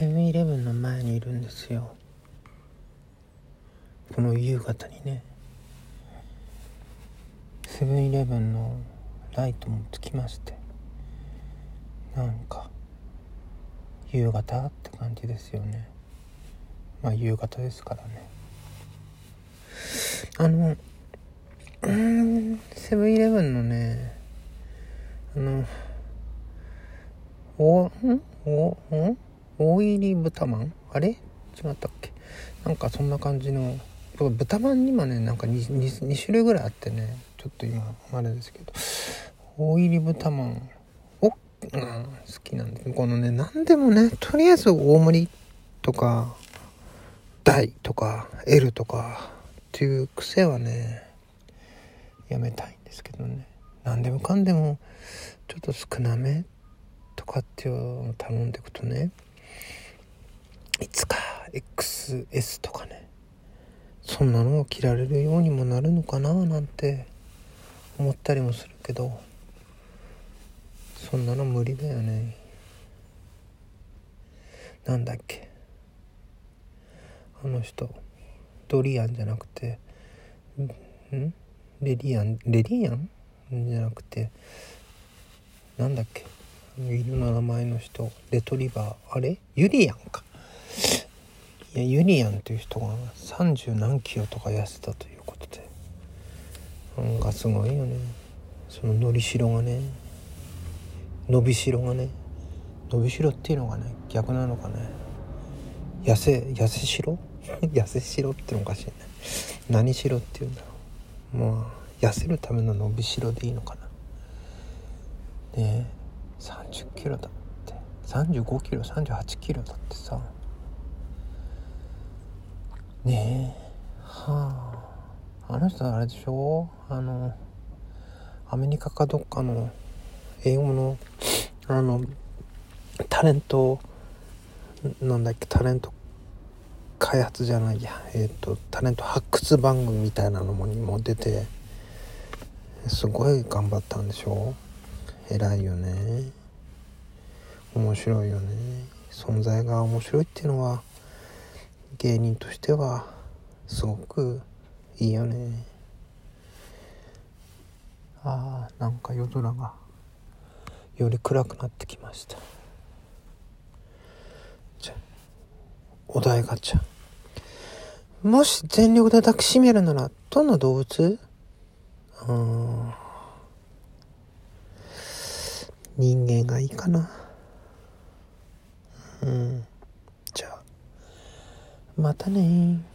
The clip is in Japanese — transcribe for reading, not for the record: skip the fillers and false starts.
セブンイレブンの前にいるんですよ。この夕方にね、セブンイレブンのライトもつきまして、なんか夕方って感じですよね。まあ夕方ですからね。セブンイレブンのね、大入り豚まん、あれ違ったっけ、なんかそんな感じの豚まんにもね、なんか 2種類ぐらいあってね、ちょっと今あれですけど、大入り豚まん好きなんです。このね、なんでもね、とりあえず大盛りとか大とか L とかっていう癖はね、やめたいんですけどね。なんでもかんでもちょっと少なめとかっていうのを頼んでいくとね、いつか XS とかね、そんなのを着られるようにもなるのかななんて思ったりもするけど、そんなの無理だよね。なんだっけ、あの人ドリアンじゃなくてレディアンじゃなくて、なんだっけ、犬の名前の人、レトリバー、あれユリアンか。いや、ユリアンっていう人が30何キロとか痩せたということで、なんかすごいよね。その伸びしろっていうのがね、逆なのかね。痩せしろ痩せしろってのおかしいね。何しろっていうんだろう。まあ痩せるための伸びしろでいいのかな。ねえ、30キロだって35キロ38キロだってさ、ねえ、あの人あれでしょ、アメリカかどっかの英語のタレント開発じゃないや、タレント発掘番組みたいなのにも出て、すごい頑張ったんでしょ。偉いよね。面白いよね。存在が面白いっていうのは芸人としてはすごくいいよね。なんか夜空がより暗くなってきました。じゃあお題ガチャ。もし全力で抱きしめるならどんな動物？人間がいいかな。じゃあまたね。